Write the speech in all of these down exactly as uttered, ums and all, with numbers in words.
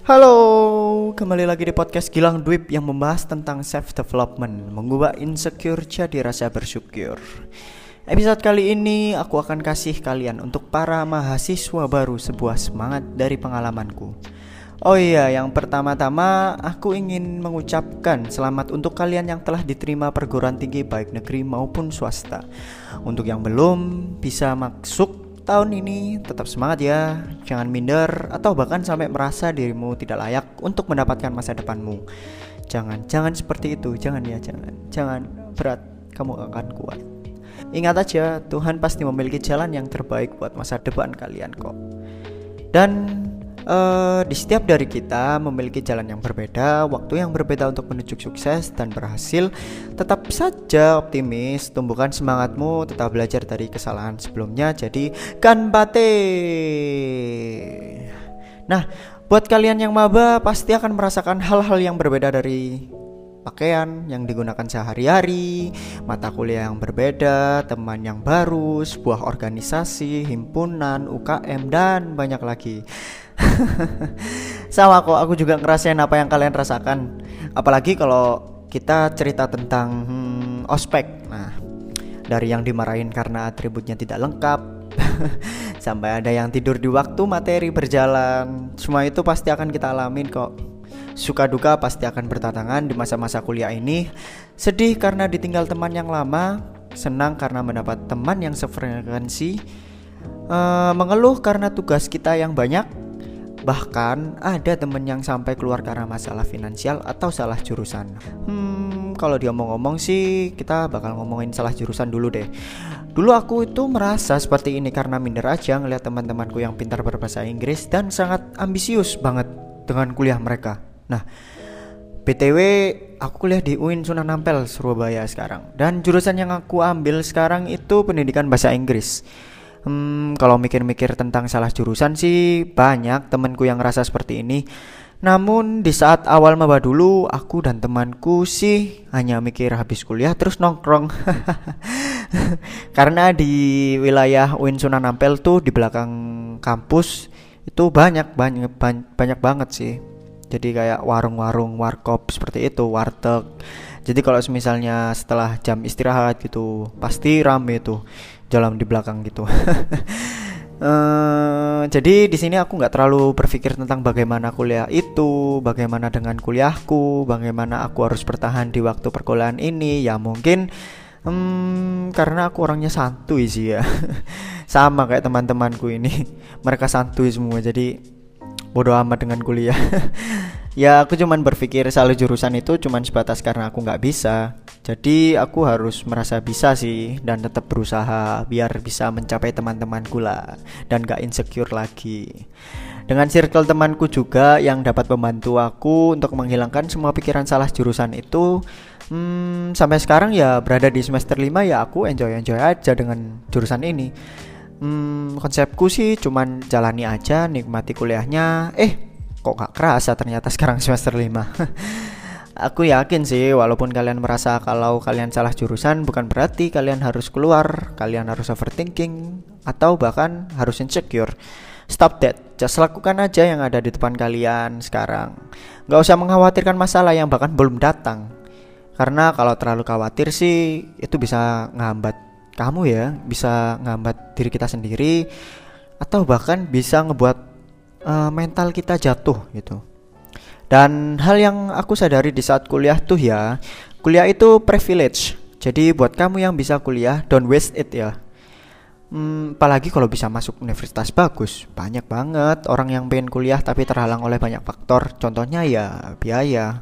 Halo, kembali lagi di podcast Gilang Dwip yang membahas tentang self development, mengubah insecure jadi rasa bersyukur. Episode kali ini aku akan kasih kalian untuk para mahasiswa baru sebuah semangat dari pengalamanku. Oh iya, yang pertama-tama aku ingin mengucapkan selamat untuk kalian yang telah diterima perguruan tinggi baik negeri maupun swasta. Untuk yang belum bisa masuk tahun ini, tetap semangat ya, jangan minder atau bahkan sampai merasa dirimu tidak layak untuk mendapatkan masa depanmu. Jangan, jangan seperti itu, jangan ya, jangan, jangan berat, kamu akan kuat. Ingat aja, Tuhan pasti memiliki jalan yang terbaik buat masa depan kalian kok. Dan Uh, di setiap dari kita memiliki jalan yang berbeda, waktu yang berbeda untuk menuju sukses dan berhasil. Tetap saja optimis, tumbuhkan semangatmu, tetap belajar dari kesalahan sebelumnya. Jadi ganbate. Nah, buat kalian yang maba pasti akan merasakan hal-hal yang berbeda dari pakaian yang digunakan sehari-hari, mata kuliah yang berbeda, teman yang baru, sebuah organisasi, himpunan, U K M, dan banyak lagi. Sama kok, aku juga ngerasain apa yang kalian rasakan. Apalagi kalau kita cerita tentang hmm, ospek. Nah, dari yang dimarahin karena atributnya tidak lengkap sampai ada yang tidur di waktu materi berjalan. Semua itu pasti akan kita alamin kok. Suka duka pasti akan bertatangan di masa-masa kuliah ini. Sedih karena ditinggal teman yang lama, senang karena mendapat teman yang sefrekuensi, uh, mengeluh karena tugas kita yang banyak. Bahkan ada temen yang sampai keluar karena masalah finansial atau salah jurusan. Hmm, kalau diomong-omong sih kita bakal ngomongin salah jurusan dulu deh. Dulu aku itu merasa seperti ini karena minder aja ngeliat teman-temanku yang pintar berbahasa Inggris dan sangat ambisius banget dengan kuliah mereka. Nah, B T W aku kuliah di U I N Sunan Ampel, Surabaya sekarang. Dan jurusan yang aku ambil sekarang itu pendidikan bahasa Inggris. Hmm, kalau mikir-mikir tentang salah jurusan sih banyak temanku yang ngerasa seperti ini. Namun di saat awal maba dulu, aku dan temanku sih hanya mikir habis kuliah terus nongkrong. Karena di wilayah U I N Sunan Ampel tuh di belakang kampus itu banyak banyak banyak, banyak banget sih. Jadi kayak warung-warung, warkop seperti itu, warteg. Jadi kalau misalnya setelah jam istirahat gitu pasti rame tuh jalan di belakang gitu. uh, jadi di sini aku nggak terlalu berpikir tentang bagaimana kuliah itu, bagaimana dengan kuliahku, bagaimana aku harus bertahan di waktu perkuliahan ini. Ya mungkin um, karena aku orangnya santuy sih ya. Sama kayak teman-temanku ini, mereka santuy semua. Jadi bodo amat dengan kuliah. Ya aku cuman berpikir salah jurusan itu cuman sebatas karena aku gak bisa. Jadi aku harus merasa bisa sih dan tetap berusaha biar bisa mencapai teman-temanku lah dan gak insecure lagi. Dengan circle temanku juga yang dapat membantu aku untuk menghilangkan semua pikiran salah jurusan itu. hmm, Sampai sekarang ya berada di semester lima ya aku enjoy-enjoy aja dengan jurusan ini. Hmm, konsepku sih cuman jalani aja, nikmati kuliahnya. Eh, kok gak kerasa ternyata sekarang semester lima. Aku yakin sih walaupun kalian merasa kalau kalian salah jurusan, bukan berarti kalian harus keluar, kalian harus overthinking, atau bahkan harus insecure. Stop that, just lakukan aja yang ada di depan kalian sekarang. Gak usah mengkhawatirkan masalah yang bahkan belum datang. Karena kalau terlalu khawatir sih itu bisa ngehambat kamu ya, bisa ngambat diri kita sendiri, atau bahkan bisa ngebuat uh, mental kita jatuh gitu. Dan hal yang aku sadari di saat kuliah tuh ya, kuliah itu privilege. Jadi buat kamu yang bisa kuliah, don't waste it ya. hmm, Apalagi kalau bisa masuk universitas bagus. Banyak banget orang yang pengen kuliah tapi terhalang oleh banyak faktor. Contohnya ya biaya.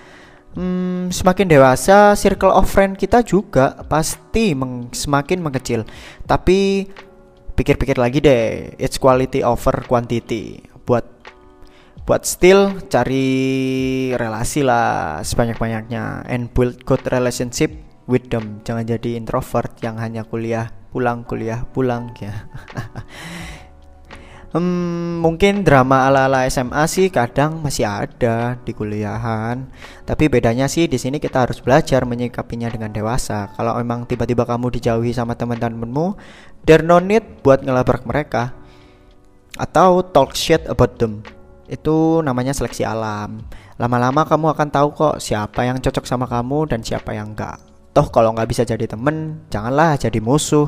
Hmm, semakin dewasa, circle of friend kita juga pasti meng- semakin mengecil. Tapi pikir-pikir lagi deh, it's quality over quantity. Buat buat still cari relasi lah sebanyak-banyaknya and build good relationship with them. Jangan jadi introvert yang hanya kuliah pulang kuliah pulang ya. Hmm, mungkin drama ala-ala S M A sih kadang masih ada di kuliahan. Tapi bedanya sih di sini kita harus belajar menyikapinya dengan dewasa. Kalau memang tiba-tiba kamu dijauhi sama teman-temanmu, there no need buat ngelabrak mereka atau talk shit about them. Itu namanya seleksi alam. Lama-lama kamu akan tahu kok siapa yang cocok sama kamu dan siapa yang enggak. Toh kalau nggak bisa jadi temen, janganlah jadi musuh.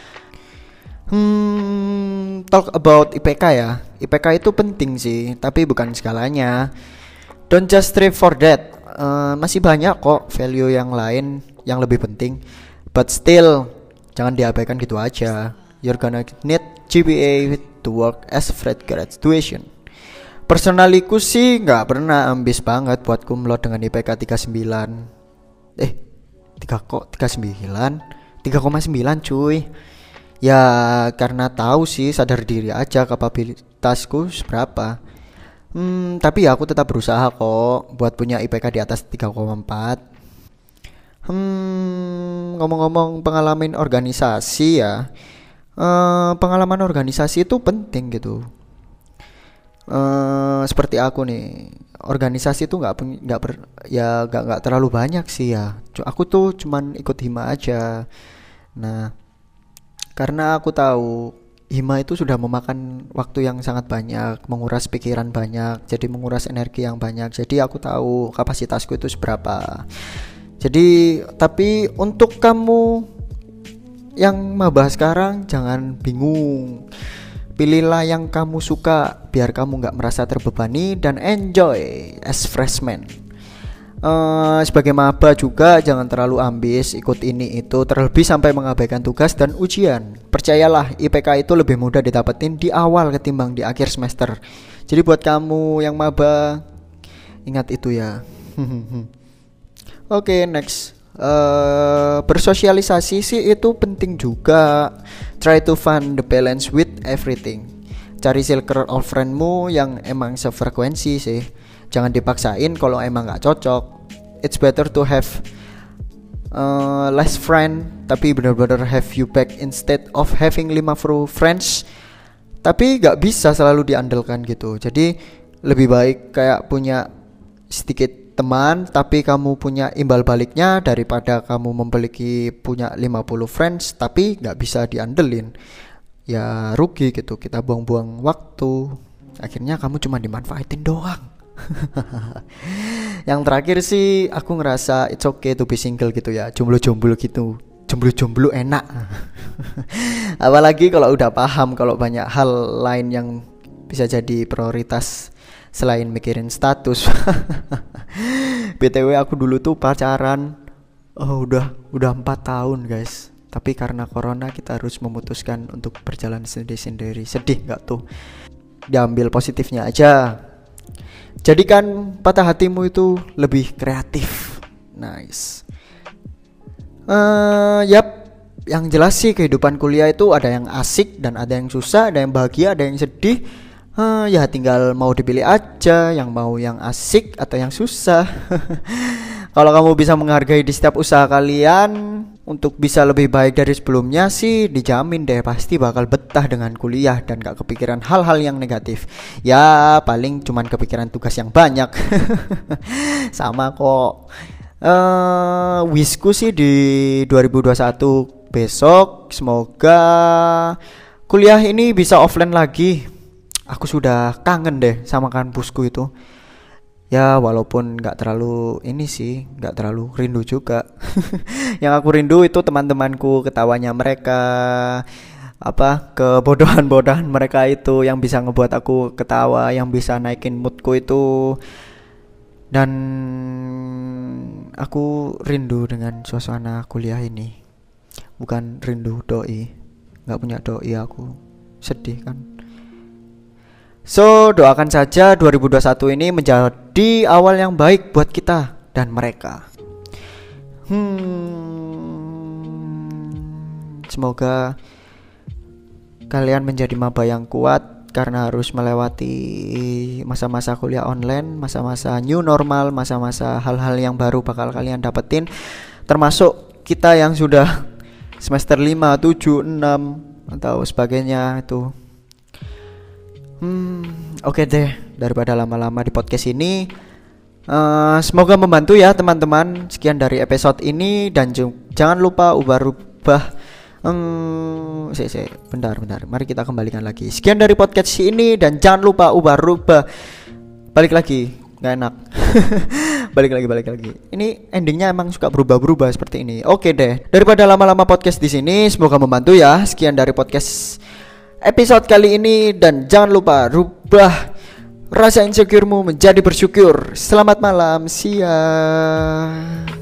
Hmm, talk about I P K ya. I P K itu penting sih, tapi bukan segalanya. Don't just strive for that. Uh, masih banyak kok value yang lain yang lebih penting. But still, jangan diabaikan gitu aja. You're gonna need G P A to work as fresh graduation. Personaliku sih nggak pernah ambis banget buat kumlot dengan I P K tiga koma sembilan. Eh, tiga kok tiga koma sembilan? tiga koma sembilan cuy. Ya karena tahu sih, sadar diri aja kapabilitasku seberapa. Hmm, tapi ya aku tetap berusaha kok buat punya I P K di atas tiga koma empat. Hmm, ngomong-ngomong pengalaman organisasi ya. Uh, pengalaman organisasi itu penting gitu. Uh, seperti aku nih, organisasi tuh nggak nggak ber ya nggak nggak terlalu banyak sih ya. Aku tuh cuman ikut hima aja. Nah, karena aku tahu hima itu sudah memakan waktu yang sangat banyak, menguras pikiran banyak, jadi menguras energi yang banyak. Jadi aku tahu kapasitasku itu seberapa. Jadi tapi untuk kamu yang maba sekarang jangan bingung. Pilihlah yang kamu suka biar kamu gak merasa terbebani dan enjoy as freshman. uh, Sebagai maba juga jangan terlalu ambis ikut ini itu, terlebih sampai mengabaikan tugas dan ujian. Percayalah, I P K itu lebih mudah didapetin di awal ketimbang di akhir semester. Jadi buat kamu yang maba, ingat itu ya. Oke, okay, next. Uh, bersosialisasi sih itu penting juga. Try to find the balance with everything. Cari circle of friendmu yang emang sefrekuensi sih. Jangan dipaksain kalau emang gak cocok. It's better to have uh, less friend tapi benar-benar have you back instead of having lima puluh friends tapi gak bisa selalu diandalkan gitu. Jadi lebih baik kayak punya sedikit teman tapi kamu punya imbal baliknya daripada kamu memiliki punya lima puluh friends tapi gak bisa diandelin. Ya rugi gitu, kita buang-buang waktu, akhirnya kamu cuma dimanfaatin doang. Yang terakhir sih aku ngerasa it's okay to be single gitu ya, jomblo-jomblo gitu. Jomblo-jomblo enak. Apalagi kalau udah paham kalau banyak hal lain yang bisa jadi prioritas selain mikirin status. B T W aku dulu tuh pacaran oh udah udah empat tahun guys. Tapi karena corona kita harus memutuskan untuk berjalan sendiri-sendiri. Sedih gak tuh? Diambil positifnya aja. Jadikan patah hatimu itu lebih kreatif. Nice. Uh, yap, yang jelas sih kehidupan kuliah itu ada yang asik dan ada yang susah, ada yang bahagia, ada yang sedih. Uh, ya tinggal mau dipilih aja, yang mau yang asik atau yang susah. Kalau kamu bisa menghargai di setiap usaha kalian untuk bisa lebih baik dari sebelumnya sih, dijamin deh pasti bakal betah dengan kuliah dan gak kepikiran hal-hal yang negatif. Ya paling cuman kepikiran tugas yang banyak. Sama kok. uh, Wishku sih di dua ribu dua puluh satu besok semoga kuliah ini bisa offline lagi. Aku sudah kangen deh sama kampusku itu. Ya walaupun gak terlalu ini sih, gak terlalu rindu juga. Yang aku rindu itu teman-temanku, ketawanya mereka, apa kebodohan-bodohan mereka itu yang bisa ngebuat aku ketawa, yang bisa naikin moodku itu. Dan aku rindu dengan suasana kuliah ini. Bukan rindu doi. Gak punya doi aku. Sedih kan. So, doakan saja dua ribu dua puluh satu ini menjadi awal yang baik buat kita dan mereka. Hmm, semoga kalian menjadi maba yang kuat karena harus melewati masa-masa kuliah online, masa-masa new normal, masa-masa hal-hal yang baru bakal kalian dapetin. Termasuk kita yang sudah semester lima, tujuh, enam atau sebagainya itu. Hmm, oke okay deh, daripada lama-lama di podcast ini, uh, semoga membantu ya teman-teman. Sekian dari episode ini dan j- jangan lupa ubah-ubah. Hmm, sih sih, bentar bentar. Mari kita kembalikan lagi. Sekian dari podcast ini dan jangan lupa ubah-ubah balik lagi, nggak enak. balik lagi, balik lagi. Ini endingnya emang suka berubah-berubah seperti ini. Oke deh, daripada lama-lama podcast di sini, semoga membantu ya. Sekian dari podcast episode kali ini, dan jangan lupa rubah rasa insecuremu menjadi bersyukur. Selamat malam, see ya.